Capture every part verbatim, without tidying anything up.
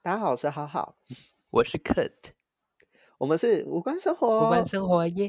大家好，我是好好， 我是 Kurt， 我们是无关生无关活。 生活耶。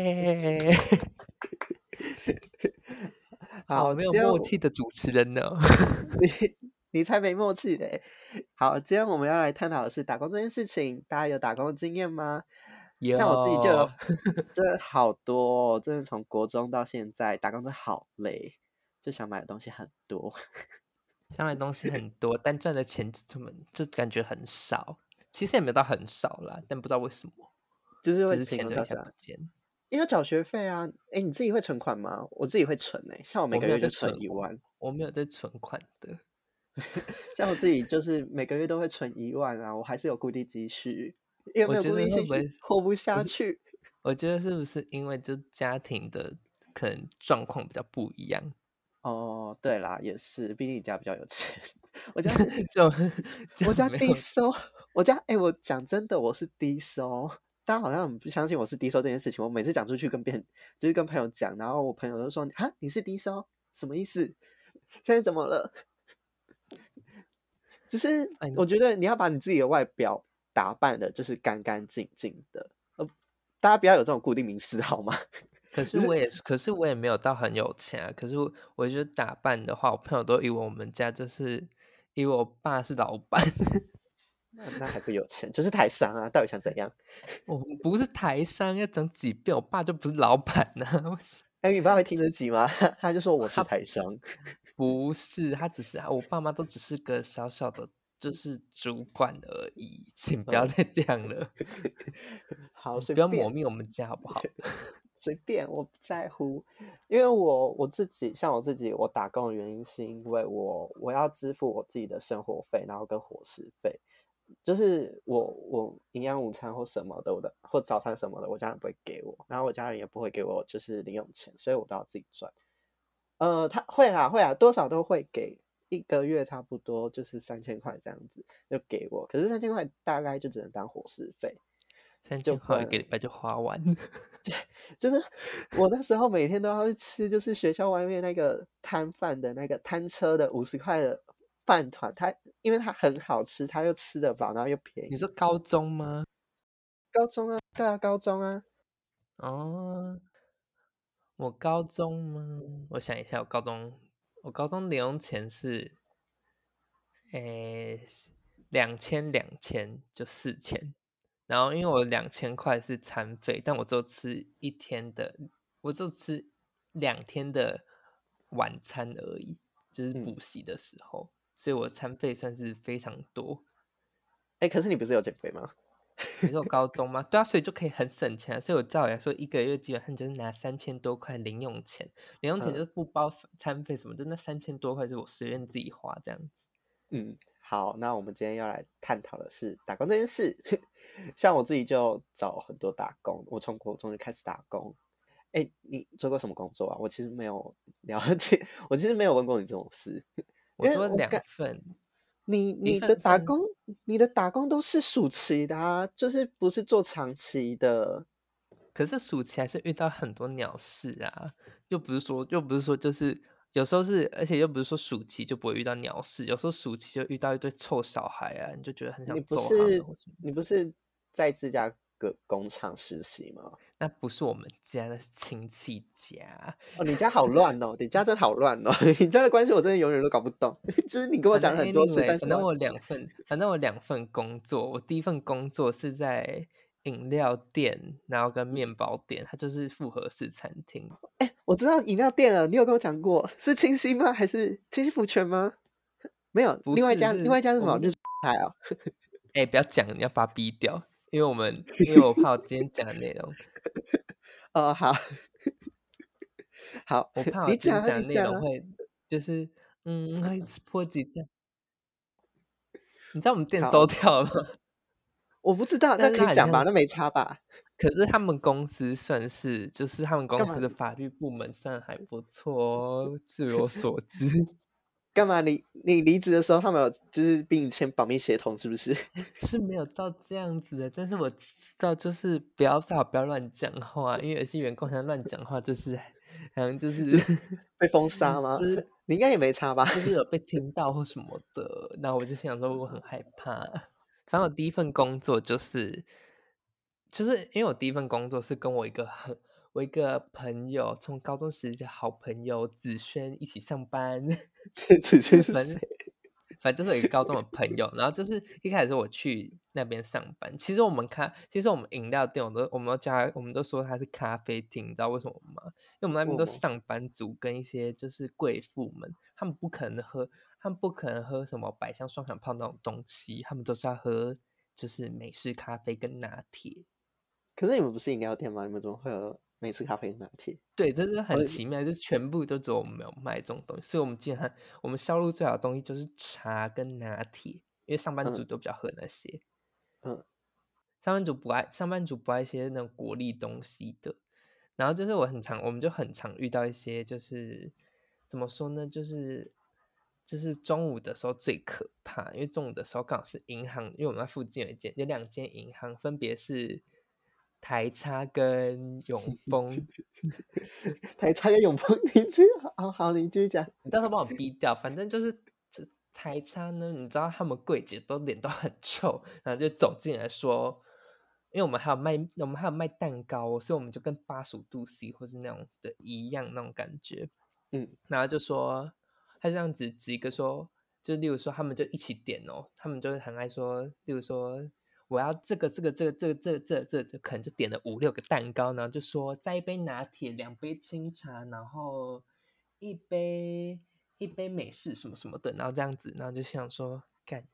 好好， 没有今天我默契的主持人呢。 你你才没默契嘞。好，今天我们要来探讨的是打工这件事情，大家有打工的经验吗？像我自己就有， 有真的好多、哦，真的从国中到现在打工真的好累，就想买的东西很多。 想买东西很多，但赚的钱就这么就感觉很少。其实也没有到很少啦，但不知道为什么， 就是会就是钱就一下勤工俭学， 不见。 因为缴学费啊。哎，你自己会存款吗？我自己会存诶、像我每我没有在个月就存存， 一万。 我没有在存款的。 像我自己就是每个月都会存一万啊，我还是有固定积蓄，因为我觉没有固定得会不会积蓄活不我下去。 我觉得是不是因为就家庭的可能状况比较不一样， 哦，对啦，也是，毕竟你家比较有钱，我家是， 就就我家没有。 低收，我家哎、我讲真的，我是低收，大家好像很不相信我是低收这件事情。我每次讲出去跟别人，就是跟朋友讲，然后我朋友就说：“哈，你是低收，什么意思？现在怎么了？”就是哎我觉得你要把你自己的外表打扮的，就是干干净净的，呃，大家不要有这种固定迷思好吗？ 可是我也是，可是我也没有到很有钱啊。可是我我觉得打扮的话，我朋友都以为我们家就是以为我爸是老板。 那那还不有钱，就是台商啊，到底想怎样？ 我们不是台商，要讲几遍，我爸就不是老板呢、啊。 哎，你爸会听得起吗？他就说我是他台商。 不是，他只是我爸妈都只是个小小的，就是主管而已，请不要嗯， 再这样了。 好，随不要抹便灭我们家好不好？ 随便，我不在乎。因为我我自己，像我自己，我打工的原因是因为我我要支付我自己的生活费，然后跟伙食费。就是我我营养午餐或什么的，我的或早餐什么的，我家人不会给我，然后我家人也不会给我就是零用钱，所以我都要自己赚。呃，他会啦会啦，多少都会给，一个月差不多就是三千块这样子就给我，可是三千块大概就只能当伙食费， 三千块一就不然个礼拜就花完。 就是我那时候每天都要去吃，就是学校外面那个摊贩的那个摊车的五十块的饭团，它因为它很好吃，它又吃得饱，然后又便宜。 你说高中吗？ 高中啊，对啊，高中啊。 哦，我高中吗？我想一下，我高中我高中零用钱是，诶，两千两千就四千。然后因为我两千块是餐费，但我只有吃一天的，我就吃两天的晚餐而已，就是嗯， 补习的时候，所以我餐费算是非常多。 哎、可是你不是有减肥吗？ 你说我高中吗？对啊，所以就可以很省钱啊。所以我照理来说，一个月基本上就是拿三千多块零用钱，零用钱就嗯是不包餐费什么，就那三千多块是我随便自己花这样子。 嗯，好，那我们今天要来探讨的是打工这件事。像我自己就找很多打工，我从国中就开始打工。哎、你做过什么工作啊？我其实没有了解，我其实没有问过你这种事，因为我做了我感两份， 你一你的份算， 打工，你的打工都是暑期的啊，就是不是做长期的。 可是暑期还是遇到很多鸟事啊，又不是说又不是说就是有时候是，而且又不是说暑期就不会遇到鸟事，有时候暑期就遇到一堆臭小孩啊，你就觉得很想你不揍他们是或什么的。 你不是在自家个工厂实习吗？ 那不是我们家，那是亲戚家。 哦，你家好乱哦，你家真好乱哦，你家的关系我真的永远都搞不懂。就是你跟我反正讲很多次， anyway， 但是我反正我两份，反正我两份工作。我第一份工作是在饮料店，然后跟面包店，它就是复合式餐厅。 哎，我知道饮料店了，你有跟我讲过，是清新吗？还是清新福全吗？没有， 不是， 另外一家，另外是一家是什么？ 我们是， 日台啊。 哎、不要讲，你要把它逼掉，因为我们因为我怕我今天讲的内容， 哦，好好， 我怕我你讲啊， 今天讲的你讲啊。 内容会就是嗯会波及掉。你知道我们店收好， 掉了吗？ 我不知道，那但是可以讲吧？ 它很像， 那没差吧？ 可是他们公司算是，就是他们公干嘛？ 司的法律部门算还不错哦，据我所知。 干嘛你？你离职的时候，他们有就是逼你签保密协同，是不是？ 是没有到这样子的，但是我知道就是不要最好不要乱讲话，因为有些员工想乱讲话，就是好像就是就是被封杀吗？ 就是你应该也没差吧？ 就是有被听到或什么的，那我就想说我很害怕。 反正我第一份工作就是，就是因为我第一份工作是跟我一个很我一个朋友，从高中时期的好朋友子轩一起上班。 这子轩是谁？ 反正反正就是我一个高中的朋友，然后就是一开始我去那边上班，其实我们咖，其实我们饮料店，我都我们都叫它，我们都说它是咖啡厅，你知道为什么吗？因为我们那边都我上班族跟一些就是贵妇们，他们不可能喝，他们不可能喝什么百香双响炮那种东西，他们都是要喝就是美式咖啡跟拿铁。 可是你们不是饮料店吗？你们怎么会有美式咖啡拿铁？ 对，这是我很奇妙，就是全部都只有我们没有卖这种东西，所以我们基本上我们销路最好的东西就是茶跟拿铁，因为上班族嗯都比较喝那些。 嗯上班族不爱上班族不爱一些那种果粒东西的。然后就是我很常，我们就很常遇到一些，就是怎么说呢，就是就是中午的时候最可怕，因为中午的时候刚好是银行，因为我们那附近有一间有两间银行，分别是台差跟永丰。 台茶跟永丰，你这好好，你继续讲。 你到时候帮我逼掉，反正就是这台差呢，你知道他们柜姐都脸都很臭，然后就走进来说，因为我们还有卖，我们还有卖蛋糕哦，所以我们就跟八十五度 C 或是那种的一样那种感觉， 嗯， 然后就说他这样子指一个说，就例如说他们就一起点哦，他们就很爱说，例如说我要这个这个这个这个这个这个这个，就可能就点了五六个蛋糕，然后就说再一杯拿铁，两杯清茶，然后一杯一杯美式什么什么的，然后这样子，然后就想说干。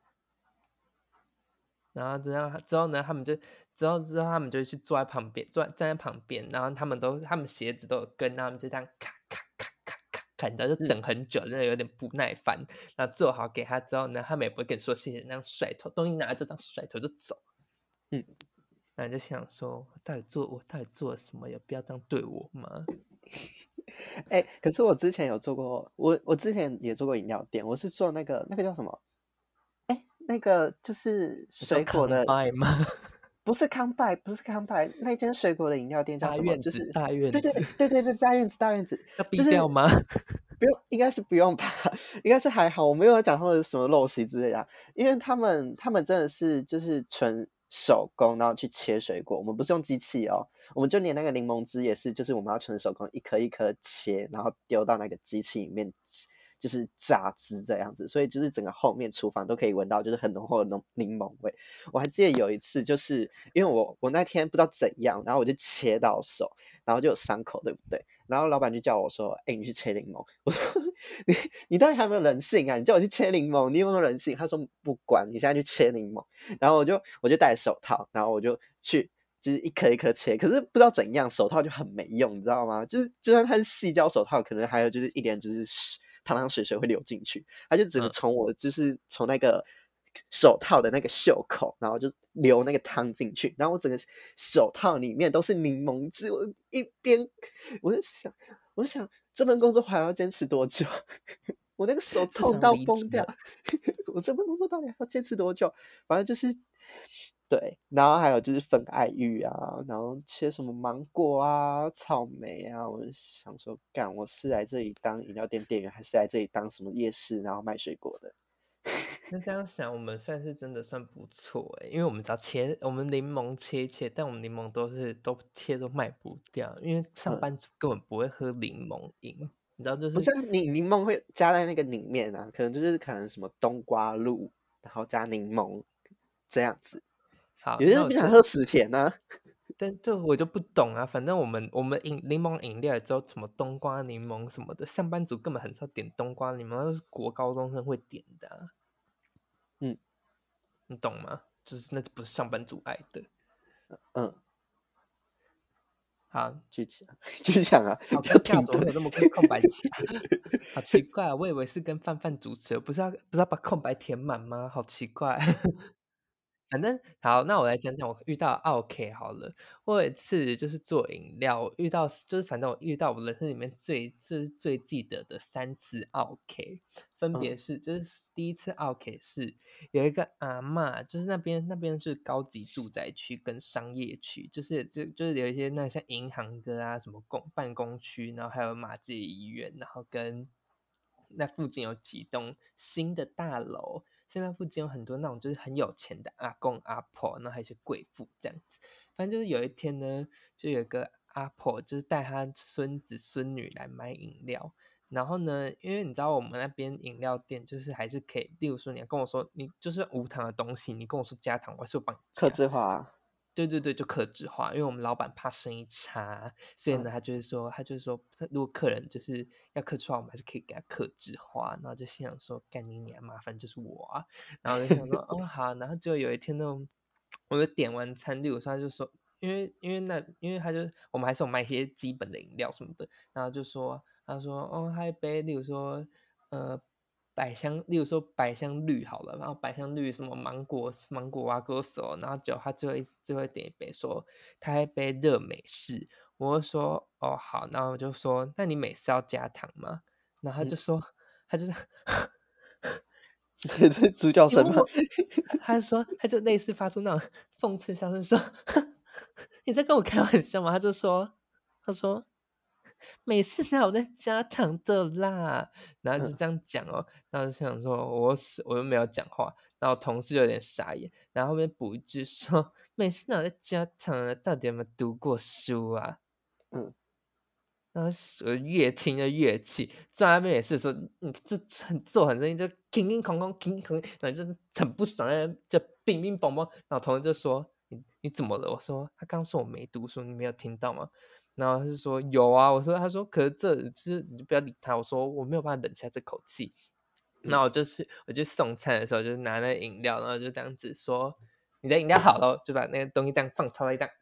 然后之后之后呢，他们就之后之后他们就去坐在旁边，坐在站在旁边，然后他们都他们鞋子都有跟，然后他们就这样咔咔咔咔咔咔，你知道就嗯等很久，真的有点不耐烦。然后做好给他之后呢，他们也不会跟你说谢谢，那样甩头，东西拿了就当甩头就走。 嗯， 然后就想说，我到底做我到底做了什么？有必要这样对我吗？ 哎、可是我之前有做过，我我之前也做过饮料店，我是做那个那个叫什么？哎、那个就是你说水果的， combine 吗？ 不是康拜，不是康拜，那间水果的饮料店叫什么？ 大院子， 就是大院子， 对对对对对对，大院子大院子， 要逼就是掉吗？ 不用，应该是不用吧，应该是还好，我没有讲他们什么陋习之类的啊，因为他们他们真的是就是纯手工，然后去切水果，我们不是用机器哦，我们就连那个柠檬汁也是，就是我们要纯手工一颗一颗切，然后丢到那个机器里面，就是榨汁这样子，所以就是整个后面厨房都可以闻到就是很浓厚的浓柠檬味。我还记得有一次，就是因为我我那天不知道怎样，然后我就切到手，然后就有伤口，对不对？然后老板就叫我说：“哎、你去切柠檬。”我说：“你你到底还有没有人性啊？你叫我去切柠檬，你有没有人性？”他说：“不管，你现在去切柠檬。”然后我就我就戴手套，然后我就去就是一颗一颗切，可是不知道怎样手套就很没用，你知道吗？就是就算它是细胶手套，可能还有就是一点就是汤汤水水会流进去，它就只能嗯， 从我就是从那个手套的那个袖口，然后就流那个汤进去，然后我整个手套里面都是柠檬汁，我一边我就想，我就想这份工作还要坚持多久？我那个手痛就想到崩掉， 离职了。 我这份工作到底还要坚持多久？反正就是对，然后还有就是分爱玉啊，然后切什么芒果啊、草莓啊，我就想说，干，我是来这里当饮料店店员，还是来这里当什么夜市，然后卖水果的？ 那这样想，我们算是真的算不错哎，因为我们只要切，我们柠檬切一切，但我们柠檬都是都切都卖不掉，因为上嗯， 班族根本不会喝柠檬饮，你知道，就是不是啊你柠檬会加在那个里面啊，可能就是可能什么冬瓜露，然后加柠檬这样子。 好， 有些人那我就， 不想喝死甜啊。 但这我就不懂啊，反正我们我们饮柠檬饮料也只有什么冬瓜柠檬什么的，上班族根本很少点冬瓜柠檬，那都是国高中生会点的啊， 嗯你懂吗？就是那不是上班族爱的。 嗯， 好， 继续讲，继续讲啊，不要好尴尬， 停顿。 怎么会有那么多空白期啊？好奇怪啊，我以为是跟范范主持，不是要不是要把空白填满吗？好奇怪。反正好，那我来讲讲我遇到奥 K 好了。我有一次就是做饮料，我遇到就是反正我遇到我人生里面最就是最记得的三次奥 K，分别嗯是就是第一次奥 K 是有一个阿嬷，就是那边那边是高级住宅区跟商业区，就是就就是有一些那像银行的啊，什么公办公区，然后还有马偕医院，然后跟那附近有几栋新的大楼。 所以那附近有很多那种就是很有钱的阿公阿婆，然后还有一些贵妇这样子。反正就是有一天呢，就有个阿婆就是带他孙子孙女来买饮料。然后呢，因为你知道我们那边饮料店就是还是可以，例如说你要跟我说你就是无糖的东西，你跟我说加糖，我还是会帮你客加。 制化啊。 对对对，就客制化，因为我们老板怕生意差，所以呢， 嗯他就是说，他就是说，如果客人就是要客制化，我们还是可以给他客制化。然后就心想说，干你娘，麻烦就是我啊。然后就想说，哦好，然后结果有一天呢，我就点完餐，例如说他就说，因为因为那因为他就我们还是有卖一些基本的饮料什么的，然后就说他说哦，还有一杯，例如说呃百香，例如说百香绿好了，然后百香绿什么芒果芒果蛙歌手，然后就他最后一最后点一杯说他还一杯热美式，我就说哦好，然后我就说那你美式要加糖吗？然后他就说他就是这是猪叫声吗？ 因为我他他说他就类似发出那种讽刺笑声说你在跟我开玩笑吗？他就说他说美式哪有在加糖的啦，然后就嗯这样讲哦，然后就想说我是我又没有讲话，然后同事有点傻眼，然后后面补一句说美式哪有在加糖的，到底有没有读过书啊？ 嗯然后我越听就越气，坐在那边也是说，嗯，就很做很生气，就叮叮哐哐，叮叮哐哐，然后就是很不爽，就乒乒乓乓。然后同事就说：“你你怎么了？”我说：“他刚说我没读书，你没有听到吗？”然后他就说：“有啊。”我说：“他说可是这就是你就不要理他。”我说：“我没有办法忍下这口气。” 嗯， 那我就是我就送餐的时候，就是拿那个饮料，然后就这样子说：“你的饮料好了。”就把那个东西这样放超大一袋。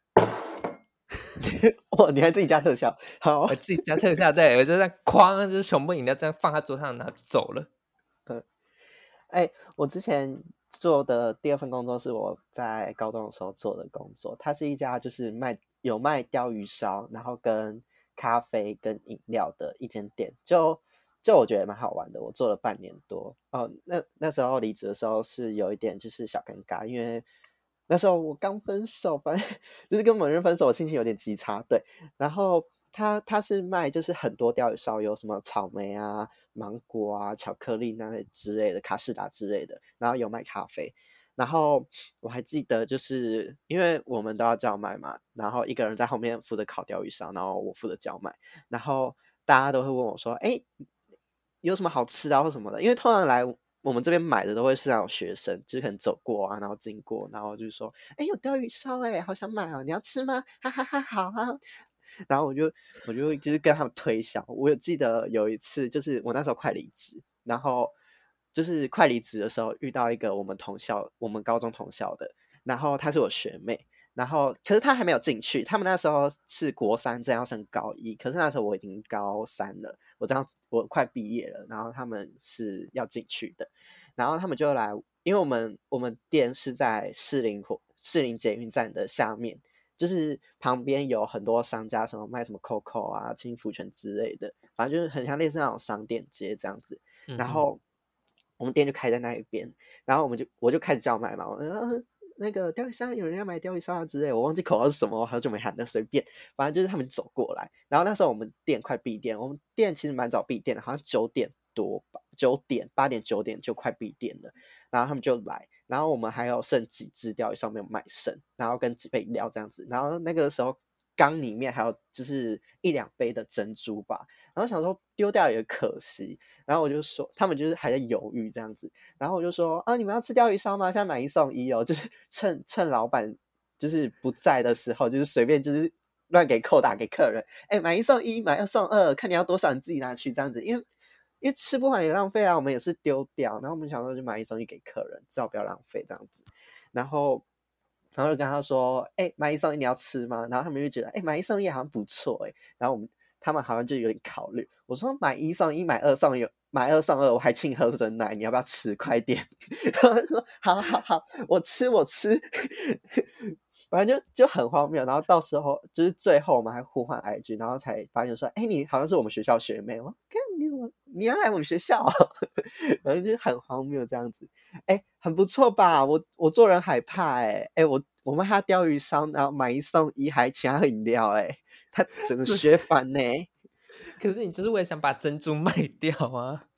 哇，你还自己加特效，好。 我自己加特效，对我就在哐，就是全部饮料这样放在桌上，然后就走了。 嗯，哎、我之前做的第二份工作是我在高中的时候做的工作，它是一家就是卖有卖鲷鱼烧，然后跟咖啡跟饮料的一间店，就就我觉得蛮好玩的。我做了半年多哦，那那时候离职的时候是有一点就是小尴尬，因为那时候我刚分手，反正就是跟某人分手，我心情有点极差，对。然后他他是卖就是很多鲷鱼烧，有什么草莓啊、芒果啊、巧克力那类之类的，卡士达之类的，然后有卖咖啡。然后我还记得，就是因为我们都要叫卖嘛，然后一个人在后面负责烤鲷鱼烧，然后我负责叫卖，然后大家都会问我说：“哎，有什么好吃啊或什么的？”因为通常来我们这边买的都会是那种学生，就是可能走过啊，然后经过，然后就是说：“哎，有鲷鱼烧哎，好想买哦，你要吃吗？哈哈哈，好啊。”然后我就我就就是跟他们推销。我有记得有一次，就是我那时候快离职，然后就是快离职的时候遇到一个我们同校，我们高中同校的，然后她是我学妹，然后可是她还没有进去，他们那时候是国三正要升高一，可是那时候我已经高三了，我这样我快毕业了，然后他们是要进去的，然后他们就来，因为我们我们店是在士林火士林捷运站的下面。就是旁边有很多商家，什么卖什么 Coco 啊、清福泉之类的，反正就是很像类似那种商店街这样子。 嗯哼， 然后我们店就开在那一边，然后我们就我就开始叫卖嘛，我说、呃、那个鲷鱼烧有人要买鲷鱼烧啊之类的，我忘记口号是什么，我好久没喊了，随便，反正就是他们走过来。然后那时候我们店快闭店，我们店其实蛮早闭店的，好像九点多吧，九点八点九点就快闭店了。然后他们就来。然后我们还有剩几只钓鱼烧没有卖剩，然后跟几杯饮料这样子，然后那个时候缸里面还有就是一两杯的珍珠吧，然后想说丢掉也可惜，然后我就说他们就是还在犹豫这样子，然后我就说啊，你们要吃钓鱼烧吗？现在买一送一哦，就是趁趁老板就是不在的时候，就是随便就是乱给扣打给客人，哎，买一送一，买二送二，看你要多少你自己拿去这样子，因为。因为吃不完也浪费啊，我们也是丢掉，然后我们想说就买一送一给客人，至少不要浪费这样子。然后，然后就跟他说：“哎、欸，买一送一你要吃吗？”然后他们就觉得：“哎、欸，买一送一好像不错哎。”然后我们他们好像就有点考虑。我说：“买一送一，买二送一，买二送二，我还请喝真奶，你要不要吃？快点！”然后说：“好好好，我吃我吃。”反正就就很荒谬，然后到时候就是最后我们还互换 I G， 然后才发现说，哎、欸，你好像是我们学校学妹，我看你我你要来我们学校，然后就很荒谬这样子，哎、欸，很不错吧？我我做人海派、欸，哎、欸、我我卖他鲷鱼烧，然后买一送一，还请他喝饮料、欸，哎，他整个学翻呢、欸。 可是你就是为了想把珍珠卖掉啊？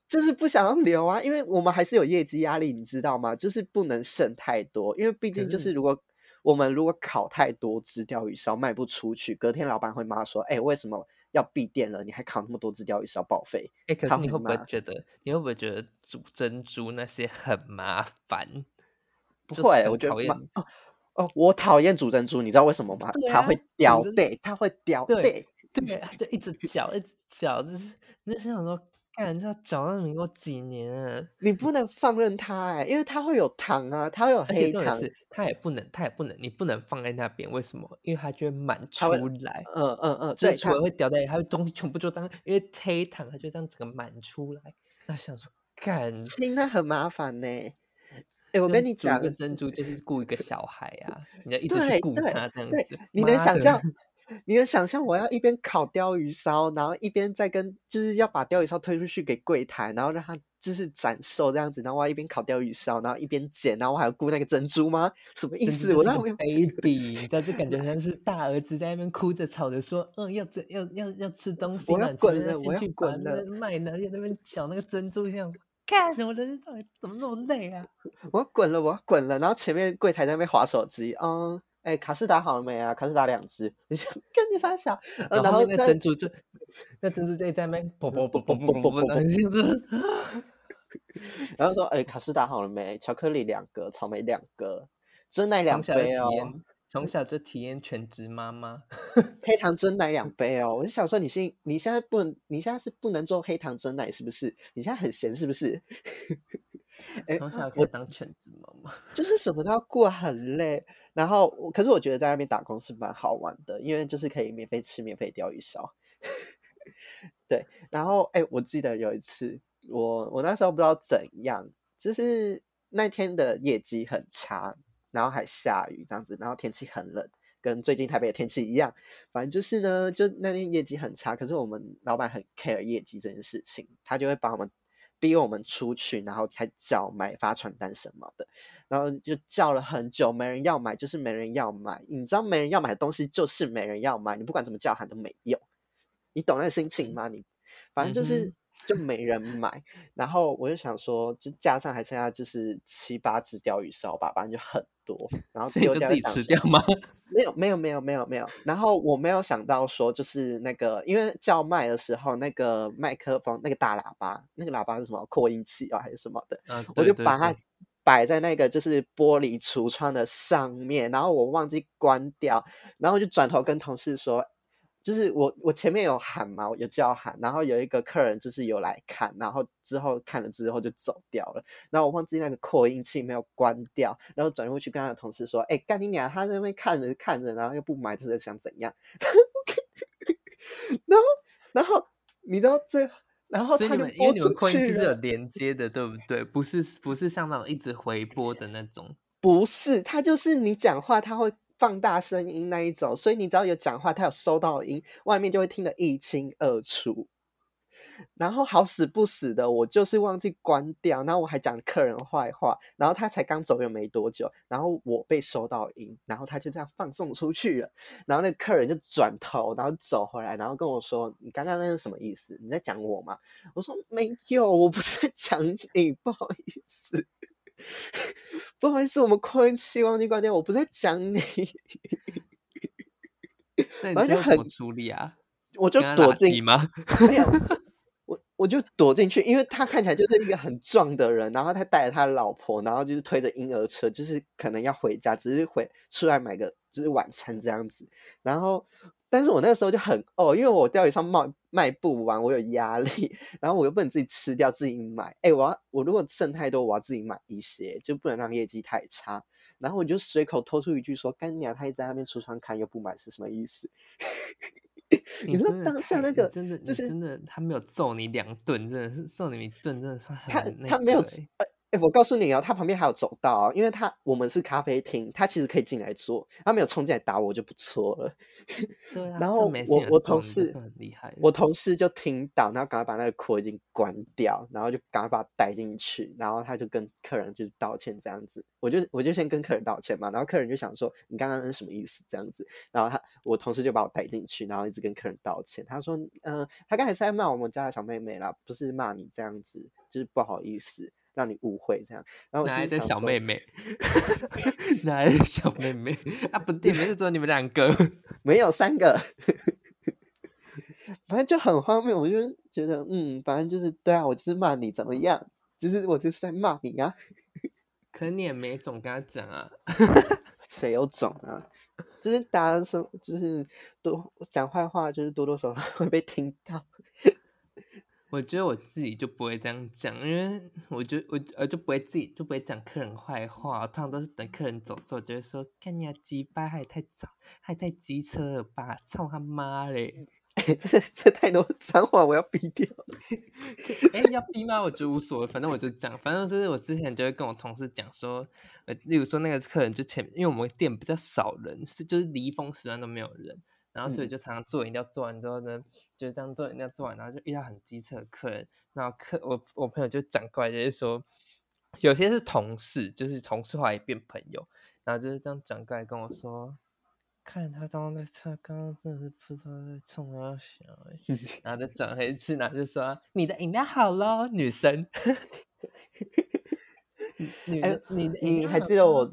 就是不想要留啊，因为我们还是有业绩压力，你知道吗？就是不能剩太多，因为毕竟就是如果我们如果烤太多只鲷鱼烧卖不出去，隔天老板会骂说：“哎、为什么要闭店了？你还烤那么多只鲷鱼烧报废。” 哎、可他是你会不会会骂。 觉得，你会不会觉得煮珍珠那些很麻烦，就是不会，我很讨厌？ 觉得麻哦哦，我讨厌煮珍珠，你知道为什么吗？ 对啊， 它会煮珍珠， 掉队，它会掉对队。 对啊，就一直搅，一直搅，就是你就心想说，干，这要搅到民国几年啊？ 你不能放任它哎、因为它会有糖啊，它会有而且黑糖， 重点是，它也不能，它也不能，你不能放在那边，为什么？因为它就会满它会， 出来， 嗯嗯嗯，对它， 就是除了会掉在，它会东西全部就当，因为黑糖，它就这样整个满出来。那想说，干， 清它很麻烦呢、哎、我就跟你讲， 煮一个珍珠就是顾一个小孩啊，你要一直去对对顾它这样对， 子， 你能妈的！ 想象，你能想象我要一边烤鲷鱼烧，然后一边在跟，就是要把鲷鱼烧推出去给柜台，然后让他就是展售这样子，然后我要一边烤鲷鱼烧，然后一边剪，然后我还要顾那个珍珠吗？什么意思？ 珍珠就是一个我当然没有， baby，你知道，就感觉好像是大儿子在那边哭着吵着说，嗯，要这要要要吃东西我要嘛，前面要滚了，我要先去把滚了， 那个麦呢，要那边搅那个珍珠，这样说，干，我人生到底怎么那么累啊？ 我要滚了，我要滚了。然后前面柜台在那边划手机，嗯，哎、卡士达好了没啊？卡士达两只，你想跟你傻小，呃， 然后后面那然后在珍珠就那珍珠就在那边啵啵啵啵啵啵啵啵啵啵啵啵，然后啵， 就是， 然后说，哎、卡士达好了没？巧克力两个，草莓两个，真奶两从小就杯哦。 体验，从小就体验全职妈妈， 黑糖真奶两杯哦，我就想说你现你现在不能，你现在是不能做黑糖真奶是不是？你现在很闲是不是？哎、 从小就开我始当全职妈妈。 就是什么都要过，很累。然后我可是我觉得在那边打工是蛮好玩的，因为就是可以免费吃免费鲷鱼烧。对，然后哎、我记得有一次，我我那时候不知道怎样，就是那天的业绩很差，然后还下雨这样子，然后天气很冷，跟最近台北的天气一样。反正就是呢，就那天业绩很差，可是我们老板很 care 业绩这件事情，他就会帮我们逼我们出去，然后还叫买发传单什么的，然后就叫了很久，没人要买，就是没人要买。你知道没人要买的东西就是没人要买，你不管怎么叫喊都没用。你懂那个心情嗯吗？你反正就是嗯哼， 就没人买，然后我就想说，就加上还剩下就是七八只鲷鱼烧吧，反正就很多，然后丢所以你就自己掉就想说， 吃掉吗？ 没有没有没有没有没有，然后我没有想到说就是那个，因为叫卖的时候那个麦克风那个大喇叭，那个喇叭是什么扩音器啊还是什么的， 啊， 我就把它对对对， 摆摆在那个就是玻璃橱窗的上面，然后我忘记关掉，然后就转头跟同事说，就是我我前面有喊嘛，有叫喊，然后有一个客人就是有来看，然后之后看了之后就走掉了，然后我忘记那个扩音器没有关掉，然后转过去跟他的同事说，哎、干你娘，他在那边看着看着，然后又不买，这是想怎样？然后然后你知道最后，然后他就所以你们因为播出你们扩音器是有去了。 连接的，对不对？不是不是像那种一直回播的那种。 不是，他就是你讲话，他会放大声音那一种，所以你只要有讲话，他有收到音，外面就会听得一清二楚。然后好死不死的，我就是忘记关掉，然后我还讲客人坏话，然后他才刚走又没多久，然后我被收到音，然后他就这样放送出去了，然后那个客人就转头，然后走回来，然后跟我说：“你刚刚那是什么意思？你在讲我吗？”我说：“没有，我不是在讲你，不好意思。”不好意思，我们扩音器忘记关掉，我不是在讲你。 那你反正就很， 最后怎么处理啊？ 我就跟他躲进， 拉鸡吗？ 没有，我我就躲进去，因为他看起来就是一个很壮的人，然后他带着他的老婆，然后就是推着婴儿车，就是可能要回家，只是回出来买个就是晚餐这样子。然后，但是我那个时候就很哦，因为我钓鱼上卖卖不完，我有压力，然后我又不能自己吃掉，自己买。哎、欸，我要我如果剩太多，我要自己买一些，就不能让业绩太差。然后我就随口偷出一句说：“干娘，他一直在那边橱窗看又不买是什么意思？”你知道你真的太， 当下那个你真的， 就是你真的，他没有揍你两顿，真的是揍你一顿，真的算他很那他没有个欸。 哎、我告诉你哦，他旁边还有走道啊，因为他我们是咖啡厅，他其实可以进来坐，他没有冲进来打我就不错了。 对啊， 然后这没进我我同来揍你，这事算很厉害的。 我同事就听到，然后赶快把那个扩音机关掉，然后就赶快把他带进去，然后他就跟客人就是道歉这样子，我就我就先跟客人道歉嘛，然后客人就想说你刚刚是什么意思这样子，然后他我同事就把我带进去，然后一直跟客人道歉，他说嗯、呃，他刚才是在骂我们家的小妹妹啦，不是骂你这样子，就是不好意思让你误会这样，然后我心哪来的里想说， 小妹妹？哪来的小妹妹？啊，不对，没事，只有你们两个。 没有三个。反正就很荒谬，我就觉得，嗯，反正就是对啊，我就是骂你怎么样，就是我就是在骂你啊， 可你也没总跟他讲啊。 谁有种啊？就是大家说，就是多讲坏话，就是多多少少会被听到。 我觉得我自己就不会这样讲，因为我就我我就不会自己就不会讲客人坏话，我通常都是等客人走之后，就会说干你啊鸡巴，还太早，还太机车了吧，操他妈嘞！ 哎、这这太多脏话，我要逼掉。 哎、要逼吗？我觉得无所谓，反正我就讲，反正就是我之前就会跟我同事讲说，呃，例如说那个客人就前，因为我们店比较少人，是就是离峰时段都没有人，然后所以嗯， 就常常做饮料做完之后呢，就这样做饮料做完，然后就遇到很机车的客人，然后客我我朋友就讲过来，就是说有些是同事，就是同事后来变朋友，然后就是这样转过来跟我说。看他刚刚在车，刚刚真的是不知道在冲他笑欸，然后再转回去，然后就说你的饮料好咯，女生，女哎、 的你的饮你还料好记得我？ 咯，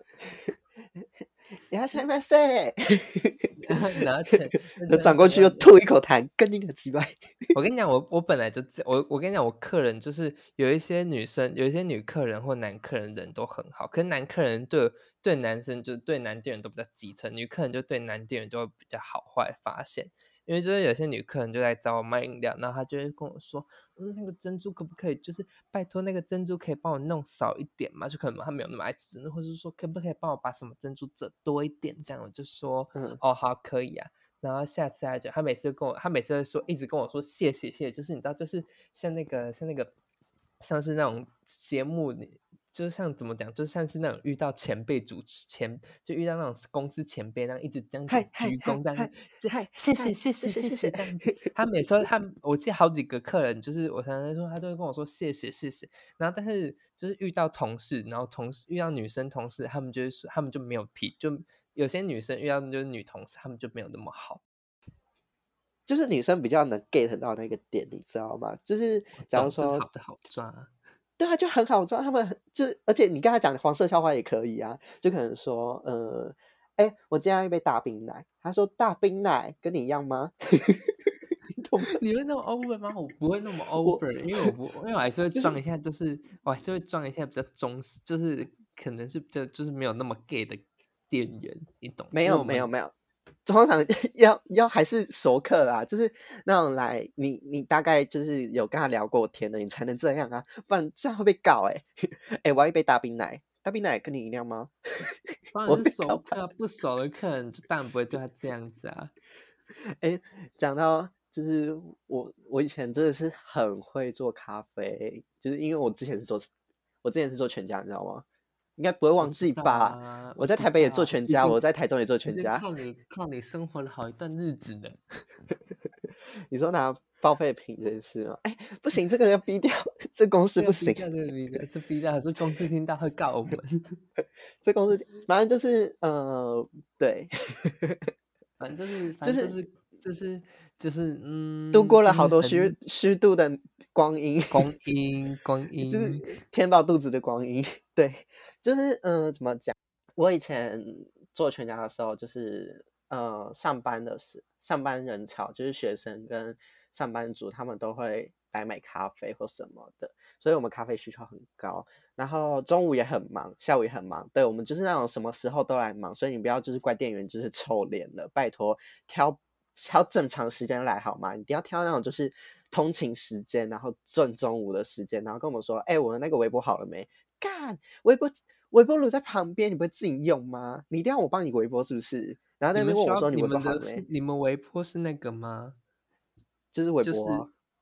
你还想买谁？ 然后然后前就就这样转过去又转过来， 吐一口痰，跟你个鸡巴。 我跟你讲，我我本来就这我我跟你讲，我客人就是有一些女生，有一些女客人或男客人人都很好，可是男客人对对男生就对男店员都比较机车，女客人就对男店员就会比较好。后来发现，因为就是有些女客人就来找我卖饮料，然后她就会跟我说，嗯，那个珍珠可不可以，就是拜托那个珍珠可以帮我弄少一点嘛？就可能她没有那么爱吃珍珠，或者是说可不可以帮我把什么珍珠折多一点？这样我就说， 嗯， 哦，好，可以啊。然后下次他就他每次跟我，他每次都说一直跟我说谢谢谢谢，就是你知道，就是像那个像那个像是那种节目，就是像怎么讲，就像是那种遇到前辈主持前，就遇到那种公司前辈，那样一直这样子嗨嗨鞠躬，这样子， 嗨嗨这嗨谢谢嗨， 谢谢谢谢谢谢谢。 谢这样子。他每次都他我记得好几个客人，就是我常常说，他都会跟我说谢谢谢谢。然后但是就是遇到同事，然后同事遇到女生同事，他们就会说，他们就没有脾，就有些女生遇到就是女同事，他们就没有那么好。 就是女生比较能 get 到那个点，你知道吗？就是我懂，就是假如说， 好的好抓。 对啊，就很好抓，他们很就是而且你跟他讲黄色笑话也可以啊，就可能说，呃，哎，我今天要一杯大冰奶，他说大冰奶跟你一样吗？你懂吗？ 你会那么 over 吗？我不会那么我 over，因为我不，因为我还是会就是装一下，就是我还是会装一下比较中式，就是可能是比较就是没有那么 gay 的店员，你懂？ 没有因为我们没有没有，通常要要还是熟客啊，就是那种来你你大概就是有跟他聊过天的，你才能这样啊，不然这样会被告哎、欸。哎、欸，我要一杯大冰奶，大冰奶跟你一样吗？ 当然是我被告吧。 熟客啊，不熟的客人就当然不会对他这样子啊。 哎，讲到就是我，我以前真的是很会做咖啡，就是因为我之前是做，我之前是做全家，你知道吗？应该不会忘我知道记吧？ 啊，我我在台北也做知道， 全家， 已经我在台中也做全家。 已经看你看你生活了好一段日子了。 你说拿报废品这件事吗？哎，不行，这个人要逼掉，这公司不行， 这个逼掉，这个逼掉，这逼掉，这公司听到会告我们。 这公司反正就是呃，对， 反正就是， 就是反正就是就是就是嗯， 度过了就是好多虚很虚度的光阴。 光阴光就是阴。 填饱肚子的光阴。对，就是嗯、呃怎么讲？我以前做全家的时候，就是呃，上班的时，上班人潮，就是学生跟上班族，他们都会来买咖啡或什么的，所以我们咖啡需求很高。然后中午也很忙，下午也很忙。对，我们就是那种什么时候都来忙，所以你不要就是怪店员就是臭脸了，拜托挑挑正常时间来好吗？你不要挑那种就是通勤时间，然后正中午的时间，然后跟我们说，哎、欸，我的那个微波好了没？干，微波微波炉在旁边，你不会自己用吗？你一定要我帮你微波是不是？然后在那边你们需要问我说你微波你们的好了没？ 你们微波是那个吗？ 就是微就是波啊，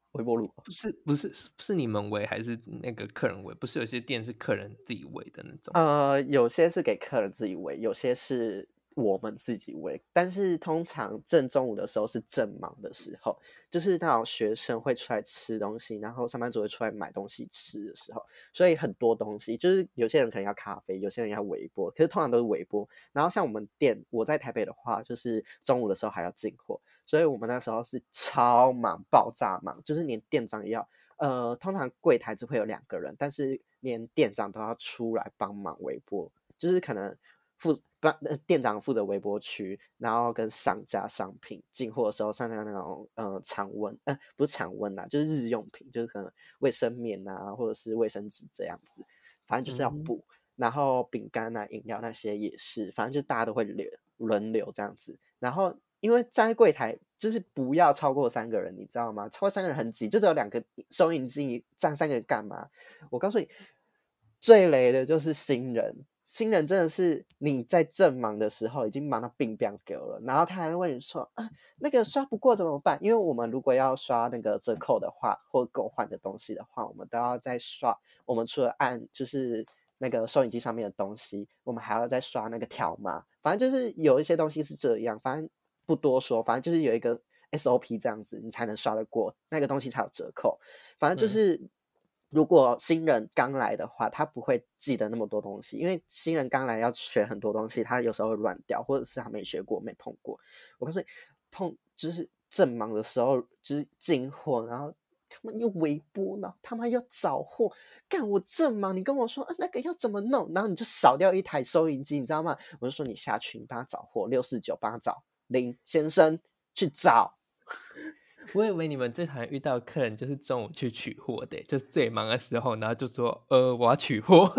微波炉。 不是不是是不是你们围还是那个客人围？不是有些店是客人自己围的那种？ 呃，有些是给客人自己围，有些是我们自己围。但是通常正中午的时候是正忙的时候，就是那种学生会出来吃东西，然后上班族会出来买东西吃的时候，所以很多东西就是有些人可能要咖啡，有些人要微波，可是通常都是微波。然后像我们店，我在台北的话，就是中午的时候还要进货，所以我们那时候是超忙，爆炸忙，就是连店长也要。呃，通常柜台只会有两个人，但是连店长都要出来帮忙微波，就是可能负帮呃店长负责微波区，然后跟上架商品进货的时候上架那种呃常温，呃不是常温啦，就是日用品，就是可能卫生棉啊或者是卫生纸这样子，反正就是要嗯， 补。然后饼干啊、饮料那些也是，反正就大家都会流轮流这样子。然后因为站在柜台就是不要超过三个人，你知道吗？超过三个人很挤，就只有两个收银机，你站三个人干嘛？我告诉你，最雷的就是新人。新人真的是你在正忙的时候已经忙到病病狗了，然后他还问你说啊，那个刷不过怎么办？因为我们如果要刷那个折扣的话，或购换的东西的话，我们都要再刷。我们除了按就是那个收银机上面的东西，我们还要再刷那个条码。反正就是有一些东西是这样，反正不多说，反正就是有一个 S O P 这样子，你才能刷得过那个东西才有折扣。反正就嗯是。如果新人刚来的话，他不会记得那么多东西，因为新人刚来要学很多东西，他有时候会乱掉，或者是他没学过、没碰过。我告诉你，碰就是正忙的时候，就是进货，然后他们又微波，然后他们又找货，干我正忙，你跟我说、啊、那个要怎么弄，然后你就少掉一台收银机，你知道吗？我就说你下去，你帮他找货，六四九帮他找，林先生去找。 我以为你们最常遇到的客人就是中午去取货的，就是最忙的时候，然后就说呃我要取货。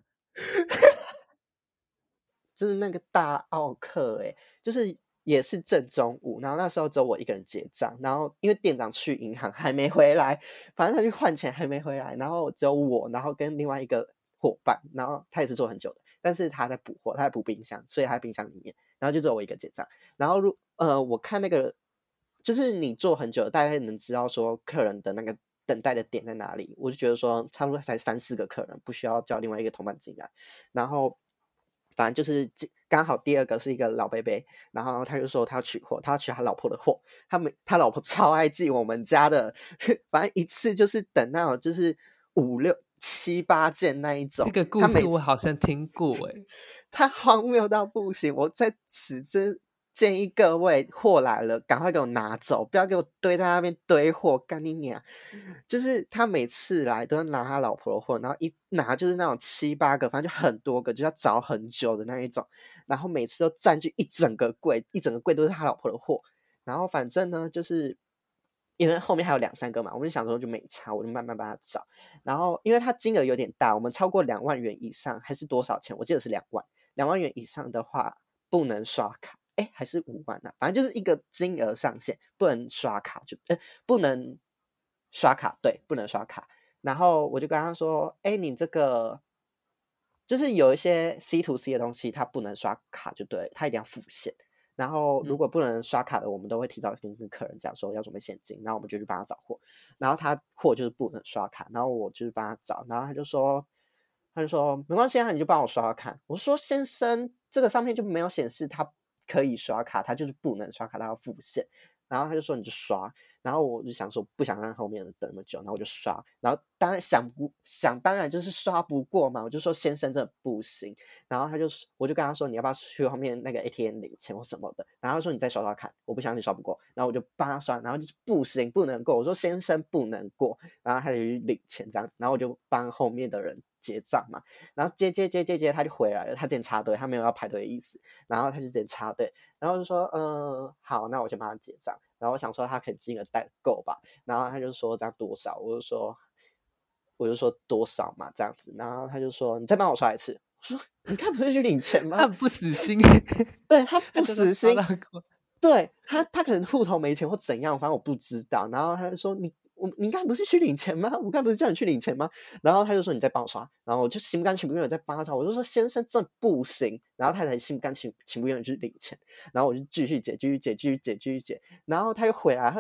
就是那个大奥克哎、欸，就是也是正中午，然后那时候只有我一个人结账，然后因为店长去银行还没回来，反正他去换钱还没回来，然后只有我，然后跟另外一个伙伴，然后他也是做很久的，但是他在补货，他在补冰箱，所以他在冰箱里面，然后就只有我一个结账，然后如呃我看那个就是你做很久，大概能知道说客人的那个等待的点在哪里，我就觉得说差不多才三四个客人，不需要叫另外一个同伴进来，然后。反正就是刚好第二个是一个老伯伯，然后他就说他要取货，他要取他老婆的货，他们他老婆超爱寄我们家的，反正一次就是等那种就是五六七八件那一种， 这个故他每次事我好像听过哎。 他荒谬到不行，我在此之建议各位货来了，赶快给我拿走，不要给我堆在那边堆货，干你娘！就是他每次来都要拿他老婆的货，然后一拿就是那种七八个，反正就很多个，就要找很久的那一种，然后每次都占据一整个柜，一整个柜都是他老婆的货，然后反正呢就是。因为后面还有两三个嘛，我就想说就没差，我就慢慢帮他找。然后因为他金额有点大，我们超过两万元以上还是多少钱？我记得是两万。两万元以上的话不能刷卡，哎，还是五万啊？反正就是一个金额上限，不能刷卡就，呃，不能刷卡，对，不能刷卡。然后我就跟他说，哎，你这个就是有一些 C to C 的东西，它不能刷卡就对了，它一定要付现。然后如嗯， 果不能刷卡的，我们都会提早跟客人讲说要准备现金，然后我们就去帮他找货。然后他货就是不能刷卡，然后我就是帮他找，然后他就说，他就说没关系啊，你就帮我刷看。我说先生，这个上面就没有显示他可以刷卡，他就是不能刷卡，他要付现。然后他就说你就刷，然后我就想说不想让后面的等那么久，然后我就刷，然后当然想不想当然就是刷不过嘛，我就说先生这不行，然后他就我就跟他说你要不要去后面那个 A T M 领钱或什么的，然后他说你再刷刷看，我不相信刷不过，然后我就帮他刷，然后就是不行不能过，我说先生不能过，然后他就去领钱这样子，然后我就帮后面的人结账嘛，然后接接接接接他就回来了，他之前插队，他没有要排队的意思，然后他就直接插队，然后就说嗯好，那我就帮他结账。然后我想说他可能金额带够吧，然后他就说这样多少，我就说我就说多少嘛这样子，然后他就说你再帮我刷一次，我说你看不是去领钱吗？ 他很不死心。 对他不他就说刷死心， 到过。 对他他可能户头没钱或怎样，反正我不知道，然后他就说你我你刚才不是去领钱吗？我刚才不是叫你去领钱吗？然后他就说你再帮我刷，然后我就心不甘情不愿的再帮他刷，我就说先生这不行，然后他才心不甘情情不愿的去领钱，然后我就继续解继续解继续解继续解，然后他又回来，他说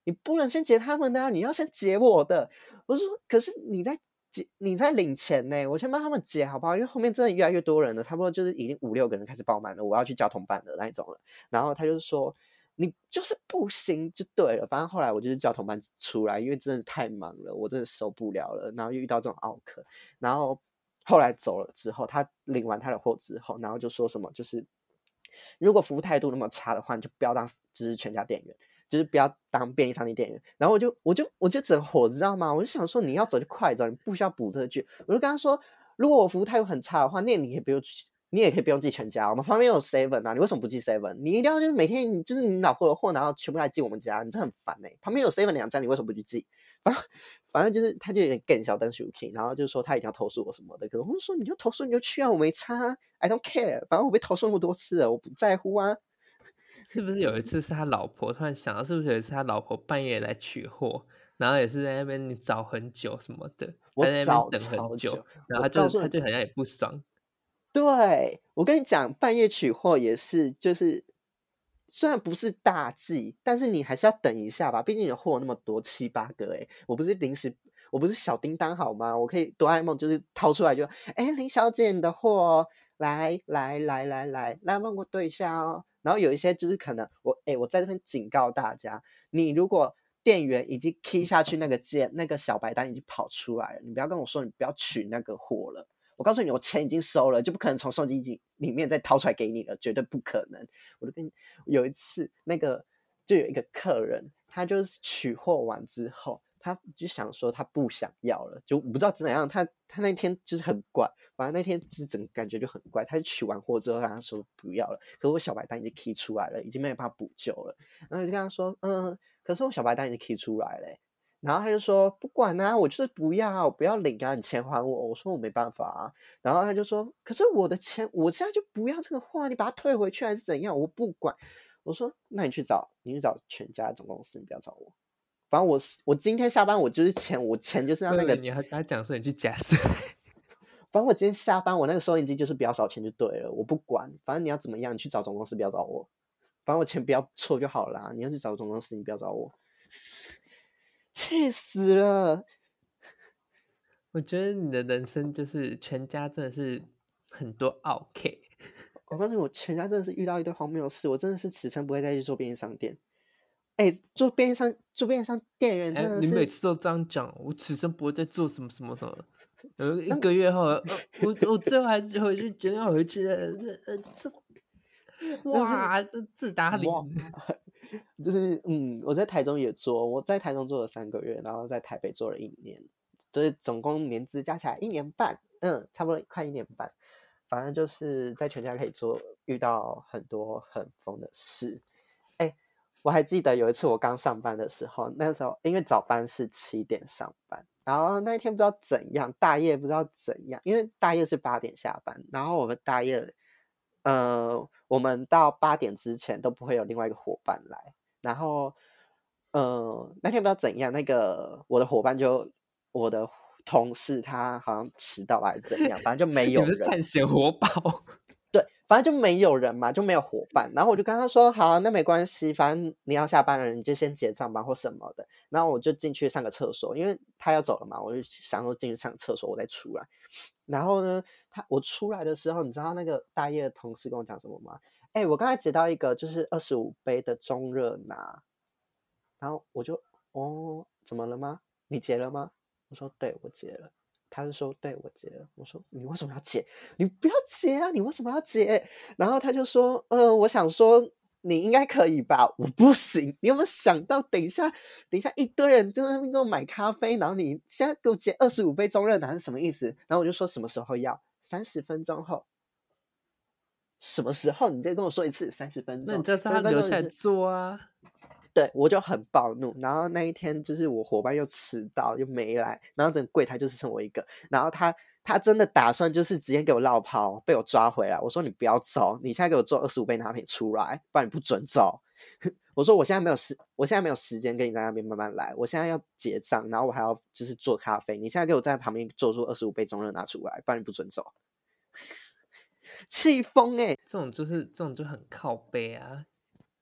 你不能先结他们的啊，你要先结我的。我说可是你在结你在领钱呢，我先帮他们结好不好？因为后面真的越来越多人了，差不多就是已经五六个人开始爆满了，我要去交通办的那一种了。然后他就说你就是不行就对了，反正后来我就是叫同伴出来，因为真的太忙了，我真的受不了了。然后又遇到这种奥客，然后后来走了之后，他领完他的货之后，然后就说什么就是如果服务态度那么差的话，你就不要当就是全家店员，就是不要当便利商店店员。然后我就我就我就整火，知道吗？我就想说你要走就快走，你不需要补这个句。我就跟他说，如果我服务态度很差的话，那你可以不用去。你也可以不用寄全家，我们旁边有 seven 啊，你为什么不寄 seven？ 你一定要就是每天你就是你老婆的货，然后全部来寄我们家，你真的很烦哎、欸。旁边有 seven 两家，你为什么不去寄？反正反正就是他就有点更小灯 shooking， 然后就说他一定要投诉我什么的。可是我就说你就投诉你就去啊，我没差 ，I don't care， 反正我被投诉那么多次了，我不在乎啊。 是不是有一次是他老婆突然想到，是不是有一次他老婆半夜来取货，然后也是在那边你找很久什么的， 我他在那边找等很久， 超久， 然后他就我告诉你， 他就好像也不爽。 对，我跟你讲，半夜取货也是，就是虽然不是大忌，但是你还是要等一下吧，毕竟你的货那么多，七八个哎，我不是临时，我不是小叮当好吗？我可以哆啦 A 梦就是掏出来就，哎，林小姐你的货哦，来来来来来来帮我对一下哦。然后有一些就是可能我哎，我在这边警告大家，你如果店员已经 key 下去那个键，那个小白单已经跑出来了，你不要跟我说你不要取那个货了。我告诉你，我钱已经收了，就不可能从收金机里面再掏出来给你了，绝对不可能。我就跟你有一次，那个就有一个客人，他就是取货完之后，他就想说他不想要了，就不知道怎样，他他那天就是很怪，反正那天就是整个感觉就很怪。他就取完货之后，跟他说不要了，可是我小白单已经 key 出来了，已经没有办法补救了。然后就跟他说，嗯，可是我小白单已经 key 出来了、欸。然后他就说不管啊，我就是不要啊，我不要领啊，你钱还我。我说我没办法啊。然后他就说，可是我的钱，我现在就不要这个货，你把它退回去还是怎样？我不管。我说那你去找，你去找全家的总公司，你不要找我。反正我我今天下班我就是钱，我钱就是要那个。 我以为你还跟他讲说你去假赛。 反正我今天下班，我那个收银机就是不要少钱就对了，我不管。反正你要怎么样，你去找总公司，不要找我。反正我钱不要错就好啦。你要去找总公司，你不要找我。气死了！ 我觉得你的人生就是全家真的是很多奥 K。 我告诉你，我全家真的是遇到一堆荒谬的事，我真的是此生不会再去做便利商店。哎、欸，做便利商做便利商店员哎、 真的是， 你每次都这样讲，我此生不会再做什么什么什么。呃，一个月后，呃，我我最后还是回去决定要回去的。呃，这但是哇，这自打脸。 哇，就是嗯，我在台中也做，我在台中做了三个月，然后在台北做了一年，就是总共年资加起来一年半，嗯，差不多快一年半。反正就是在全家可以做，遇到很多很疯的事。哎、欸，我还记得有一次我刚上班的时候，那时候因为早班是七点上班，然后那一天不知道怎样，大夜不知道怎样，因为大夜是八点下班，然后我们大夜，呃，我们到八点之前都不会有另外一个伙伴来，然后，呃，那天不知道怎样，那个我的伙伴就我的同事他好像迟到还是怎样，反正就没你不是有人。 探险活宝？ 对，反正就没有人嘛，就没有伙伴。然后我就跟他说：“好，那没关系，反正你要下班了，你就先结账吧，或什么的。”然后我就进去上个厕所，因为他要走了嘛，我就想说进去上个厕所，我再出来。然后呢，他我出来的时候，你知道那个大业的同事跟我讲什么吗？哎、欸，我刚才结到一个就是二十五杯的中热拿，然后我就哦，怎么了吗？你结了吗？我说对，我结了。他就说对，我结了。我说你为什么要结？你不要结啊！你为什么要结？然后他就说，呃，我想说你应该可以吧？我不行。你有没有想到，等一下，等一下一堆人在那边给我买咖啡，然后你现在给我结二十五杯中热拿是什么意思？然后我就说什么时候要？三十分钟后。什么时候？你再跟我说一次，三十分钟。 那你叫他三十分留下来钟你是做啊。 对，我就很暴怒。然后那一天就是我伙伴又迟到又没来，然后整个柜台就是剩我一个。然后他他真的打算就是直接给我落跑，被我抓回来。我说你不要走，你现在给我做二十五杯拿铁出来，不然你不准走。我说我现在没有时，我现在没有时间跟你在那边慢慢来，我现在要结账，然后我还要就是做咖啡。你现在给我在旁边做出二十五杯中热拿出来，不然你不准走。气疯哎！ 这种就是这种就很靠背啊。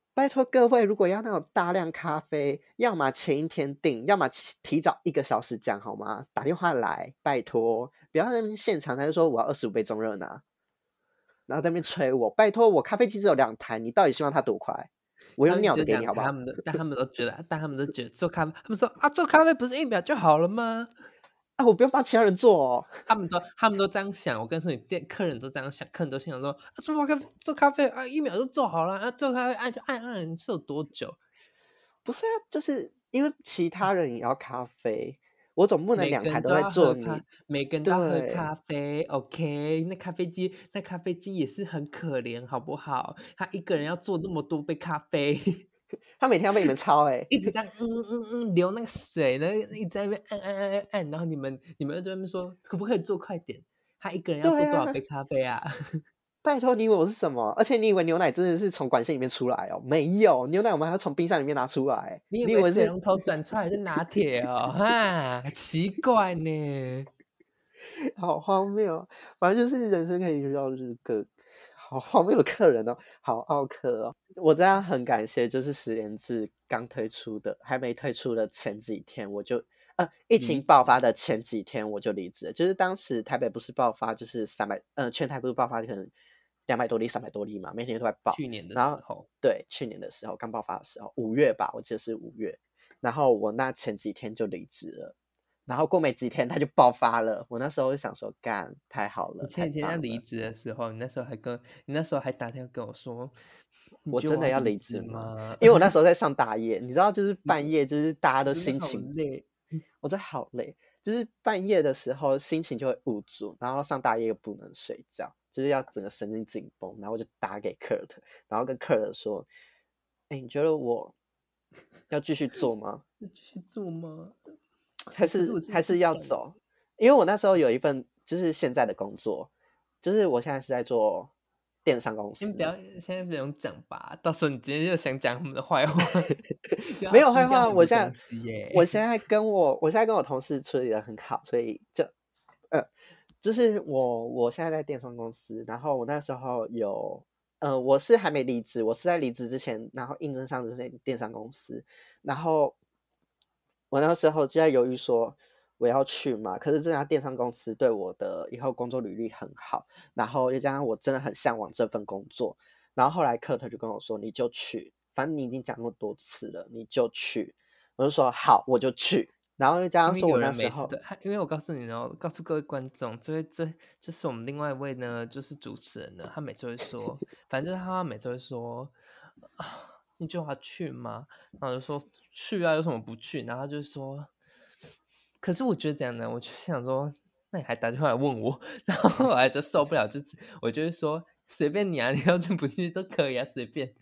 拜托各位，如果要那种大量咖啡，要么前一天订，要么提早一个小时讲好吗？打电话来，拜托，不要在那边现场他就说我要二十五杯中热拿，然后在那边催我，拜托我咖啡机只有两台，你到底希望它多快？我他用尿们只有两的给你好不好？ 台他们的，但他们都觉得，但他们都觉得做咖啡，他们说啊，做咖啡不是一秒就好了吗？ 啊，我不用帮其他人做哦。 他们都他们都这样想，我跟你说，你店客人都这样想，客人都心想说，啊，做咖啡做咖啡啊，一秒就做好了，啊，做咖啡按就按按，是有多久？ 不是啊，就是因为其他人也要咖啡，我总不能每两台都在个人都要喝咖， 做你。 每个人都要喝咖对， 啡，OK？那咖啡机，那咖啡机也是很可怜，好不好？他一个人要做那么多杯咖啡， 他每天要被你们抄哎、 一直这样，嗯嗯嗯，流那个水呢，一直在那边按按按按按，然后你们你们在那边说，可不可以做快点？他一个人要做对啊， 多少杯咖啡啊？ 拜托你以为我是什么？而且你以为牛奶真的是从管线里面出来哦？没有，牛奶我们还要从冰箱里面拿出来。 你以你以为是为水龙头转出来是拿铁哦？哈，奇怪呢。 好荒谬，反正就是人生可以遇到就是个好荒谬的客人哦，好傲客哦。我真的很感谢，就是十连制刚推出的，还没推出的前几天，我就呃疫情爆离职， 发的前几天我就离职了。就是当时台北不是爆发，就是三百，呃，全台不是爆发可能两百多例、三百多例嘛，每天都在爆。 去年的然后时候， 对，去年的时候刚爆发的时候，五月吧，我记得是五月。然后我那前几天就离职了。然后过没几天它就爆发了，我那时候就想说，干，太好了，太你前几天要棒了， 离职的时候，你那时候还跟你那时候还打电话跟我说，你我觉得我要离真的要离职吗？ 职吗？ 因为我那时候在上大夜，你知道，就是你说半夜，就是大家都我真的好心情， 累， 我真的好累，就是半夜的时候心情就会无助，然后上大夜又不能睡觉，就是要整个神经紧绷，然后我就打给 Kurt，然后跟 Kurt 说，哎，你觉得我要继续做吗？ 那继续做吗？ 还可是我是还是要真的不想。 走？因为我那时候有一份就是现在的工作，就是我现在是在做电商公司， 先不要，现在不用讲吧，到时候你今天又想讲他们的坏话，又没要有坏话。 逼掉很多我现在东西耶。 我现在跟我我现在跟我同事处理的很好，所以就呃，就是我我现在在电商公司，然后我那时候有呃，我是还没离职，我是在离职之前，然后应征上这间电商公司，然后我那时候就在犹豫说我要去嘛，可是这家电商公司对我的以后工作履历很好，然后又加上我真的很向往这份工作，然后后来克特就跟我说你就去，反正你已经讲那么多次了，你就去。我就说好，我就去。然后又加上说我因为有人那时候每次都，他因为我告诉你哦，告诉各位观众，这位这就是我们另外一位呢，就是主持人呢，他每次会说，反正就是他每次会说啊，你就要去吗？然后我就说去啊，有什么不去？然后他就说，可是我觉得这样呢，我就想说，那你还打电话来问我，然后后来就受不了，就是我就会说随便你啊，你要去不去都可以啊，随便。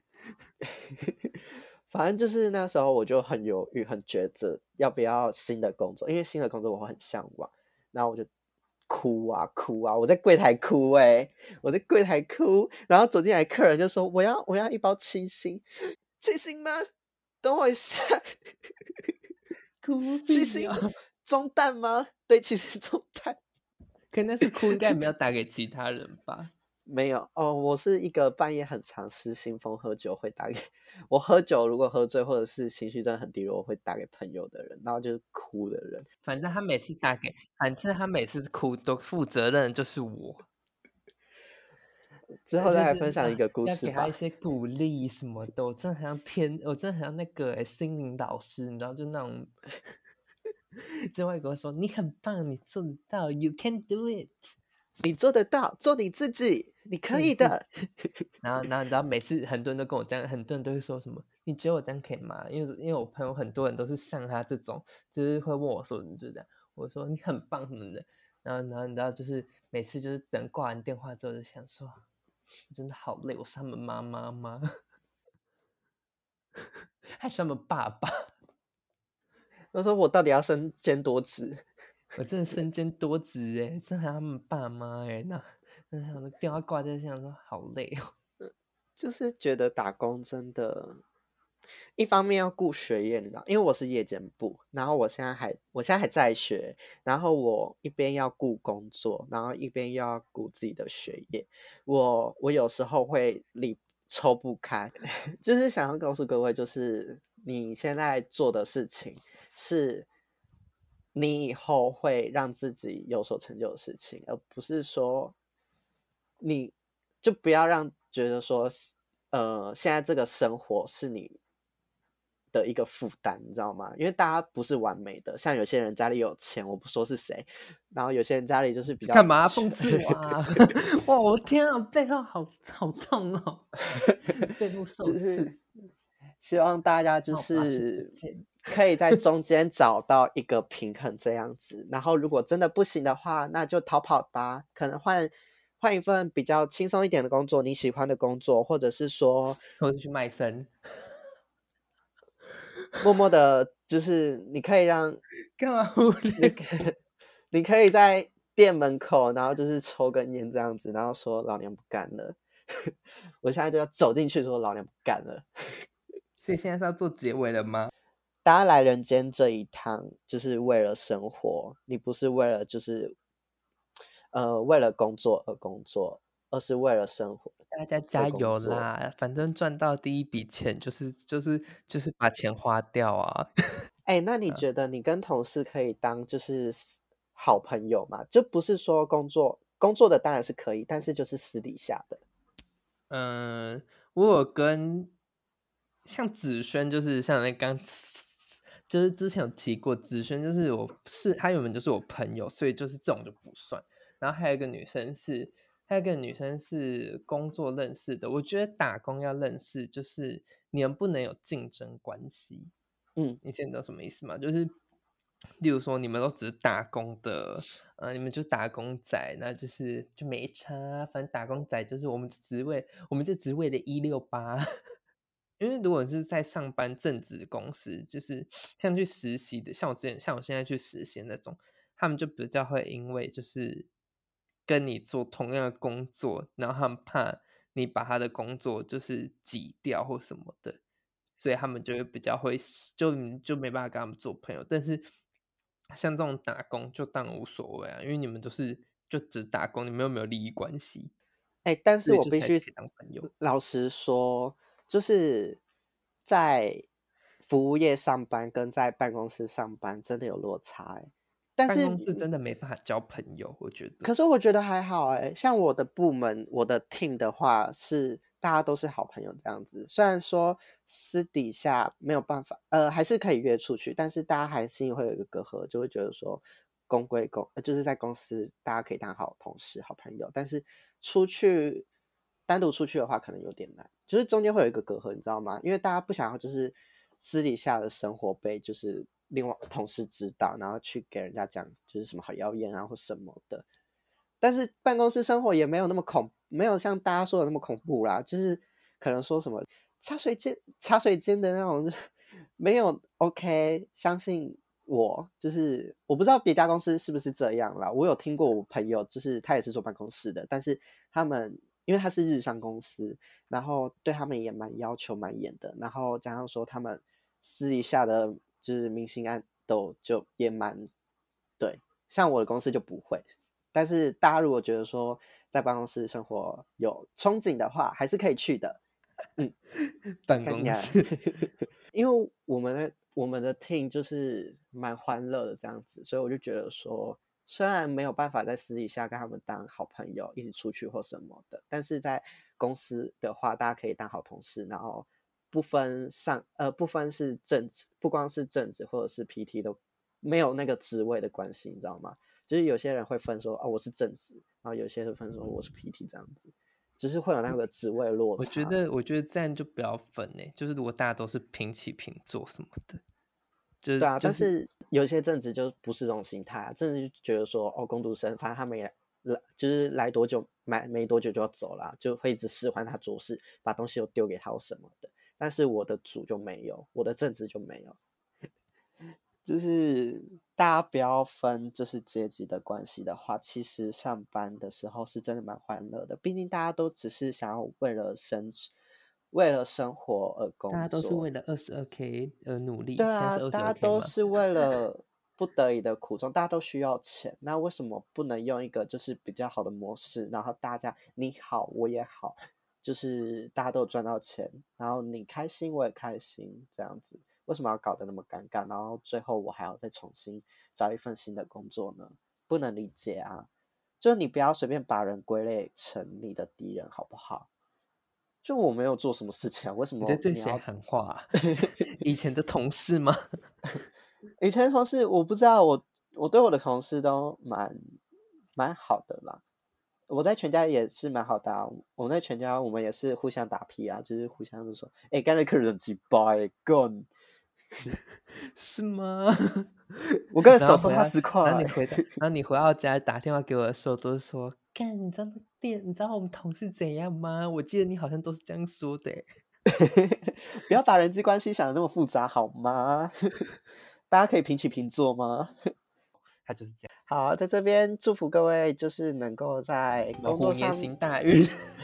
反正就是那时候我就很犹豫、很抉择，要不要新的工作，因为新的工作我很向往。然后我就哭啊哭啊，我在柜台哭哎、欸，我在柜台哭，然后走进来客人就说我要我要一包七星，七星吗？等我一下， 哭七星屁呀、 中弹吗？对，其实是中弹。 可那次哭应该也没有打给其他人吧？ 没有哦，我是一个半夜很常失心疯喝酒会打给我喝酒，如果喝醉或者是情绪真的很低落，我会打给朋友的人，然后就是哭的人。 反正他每次打给，反正他每次哭都负责任的就是我，呃， 之后再来就是分享一啊， 个故要事吧。 给他一些鼓励什么的。我真的很像天，我真的很像那个诶心灵导师，你知道，就那种，就会跟我说你很棒，你做得到，You can do it， 你做得到，做你自己，你可做你以的。 自己。然后，然后，然后每次很多人都跟我这样，很多人都会说什么，你觉得我这样可以吗？因为因为我朋友很多人都是像他这种，就是会问我说，你就这样，我说你很棒什么的。然后，然后你知道，就是每次就是等挂完电话之后，就想说，我真的好累，我是他们妈妈吗？还是他们爸爸？ 他说我到底要身兼多职？ 我真的身兼多职哎，真的还有他们爸妈哎，那那想说电话挂在想说好累哦。 就是觉得打工真的，一方面要顾学业，你知道，因为我是夜间部，然后我现在还我现在还在学，然后我一边要顾工作，然后一边又要顾自己的学业。我我有时候会礼抽不开。就是想要告诉各位，就是你现在做的事情是你以后会让自己有所成就的事情，而不是说你就不要让觉得说，呃，现在这个生活是你的一个负担，你知道吗？因为大家不是完美的，像有些人家里有钱，我不说是谁，然后有些人家里就是比较干嘛穷。 讽刺我啊？哇，我天啊，背后好好痛哦，背部受就是刺， 希望大家就让我拔起这是剑。 可以在中间找到一个平衡这样子，然后如果真的不行的话，那就逃跑吧，可能换换一份比较轻松一点的工作，你喜欢的工作，或者是说或者去卖身， 默默的，就是你可以让干嘛忽略你可你可以在店门口，然后就是抽根烟这样子，然后说老娘不干了。我现在就要走进去说老娘不干了。 所以现在是要做结尾了吗？ 大家来人间这一趟，就是为了生活，你不是为了就是呃为了工作而工作，而是为了生活大家而加油工作。 啦！反正赚到第一笔钱就是就是就是把钱花掉啊。 哎，那你觉得你跟同事可以当就是好朋友吗？就不是说工作工作的当然是可以，但是就是私底下的。 嗯，我有跟像子轩，就是像那刚，就是之前有提过，子轩就是我是他原本就是我朋友，所以就是这种就不算。然后还有一个女生是，还有一个女生是工作认识的。我觉得打工要认识，就是你们不能有竞争关系。 嗯， 你现在知道什么意思吗？就是例如说你们都只是打工的，呃，你们就是打工仔，那就是就没差啊，反正打工仔就是我们只是为我们就只是为了一六八。因为如果是在上班正职公司，就是像去实习的，像我之前像我现在去实习的那种，他们就比较会因为就是跟你做同样的工作，然后他们怕你把他的工作就是挤掉或什么的，所以他们就会比较会就你就没办法跟他们做朋友。但是像这种打工就当然无所谓啊，因为你们都是就只打工，你们又没有利益关系， 哎，但是所以我必须就是还是可以当朋友。 老实说，就是在服务业上班跟在办公室上班真的有落差哎。但是办公室真的没办法交朋友，我觉得。 可是我觉得还好哎，像我的部门，我的 team 的话是大家都是好朋友这样子。虽然说私底下没有办法，呃，还是可以约出去，但是大家还是会有一个隔阂，就会觉得说公归公，呃就是在公司大家可以当好同事、好朋友，但是出去单独出去的话，可能有点难，就是中间会有一个隔阂，你知道吗？因为大家不想要就是私底下的生活被就是另外同事知道，然后去给人家讲就是什么好谣言啊或什么的。但是办公室生活也没有那么恐，没有像大家说的那么恐怖啦，就是可能说什么茶水间、茶水间的那种，没有 OK。相信我，就是我不知道别家公司是不是这样啦。我有听过我朋友，就是他也是坐办公室的，但是他们因为他是日商公司，然后对他们也蛮要求蛮严的，然后加上说他们私底下的就是明星暗斗就也蛮对，像我的公司就不会。但是大家如果觉得说在办公室生活有憧憬的话，还是可以去的。嗯， 办干呀， 公室。 因为我们的我们的 team 就是蛮欢乐的这样子，所以我就觉得说，虽然没有办法在私底下跟他们当好朋友，一起出去或什么的，但是在公司的话，大家可以当好同事，然后不分上呃不分是正职，不光是正职或者是 P T 都没有那个职位的关系，你知道吗？就是有些人会分说，哦，我是正职，然后有些人分说我是 P T 这样子，只是会有那个职位落我觉差。 得，我觉得这样就不要分诶，就是如果大家都是平起平坐什么的，就是对啊， 就是， 但是有一些正职就不是这种心态啊，正职就觉得说，哦，工读生，反正他们也来，就是来多久，买没多久就要走啦，就会一直使唤他做事，把东西都丢给他或什么的。但是我的组就没有，我的正职就没有。就是大家不要分就是阶级的关系的话，其实上班的时候是真的蛮欢乐的。毕竟大家都只是想要为了生，为了生活而大家都是工作。 为了二十二 k 而努力。现在对啊， 是二十二大家 k 吗？ 都是为了不得已的苦衷，大家都需要钱。那为什么不能用一个就是比较好的模式，然后大家你好我也好， 就是大家都有赚到钱，然后你开心我也开心，这样子为什么要搞得那么尴尬？然后最后我还要再重新找一份新的工作呢？不能理解啊！就你不要随便把人归类成你的敌人，好不好？就我没有做什么事情啊，为什你在对谁么你要？ 喊话啊？以前的同事吗？ 以前同事我不知道，我我对我的同事都蛮蛮好的啦。我在全家也是蛮好的啊，我在全家我们也是互相打屁啊，就是互相就说，哎、欸，刚才客人很鸡巴哎，干， 是吗？ 我刚才然后回到， 少收他十块。 然后你回到，然后你回到家打电话给我的时候，都是说，干，你知道那店，你知道我们同事怎样吗？我记得你好像都是这样说的欸。 不要把人际关系想得那么复杂好吗？大家可以平起平坐吗？ 他就是这样。 好，在这边祝福各位，就是能够在工作上虎年行大运，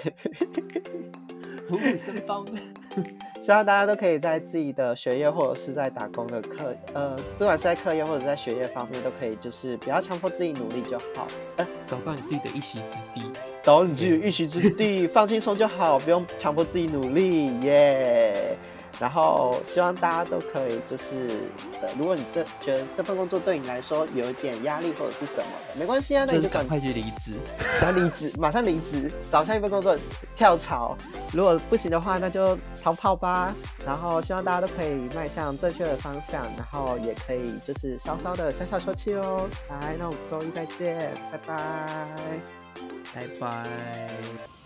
虎虎生风。 希望大家都可以在自己的学业或者是在打工的课，呃，不管是在课业或者在学业方面，都可以就是不要强迫自己努力就好，呃， 找到你自己的一席之地， 找到你自己的一席之地，放轻松就好，不用强迫自己努力，耶、yeah!。然后希望大家都可以就是，呃，如果你这觉得这份工作对你来说有一点压力或者是什么的，没关系啊，那你就赶快去离职， 马上离职，马上离职，找下一份工作，跳槽。如果不行的话，那就逃跑吧。然后希望大家都可以迈向正确的方向，然后也可以就是稍稍的小小休息哦。来，那我们周一再见，拜拜， 拜拜。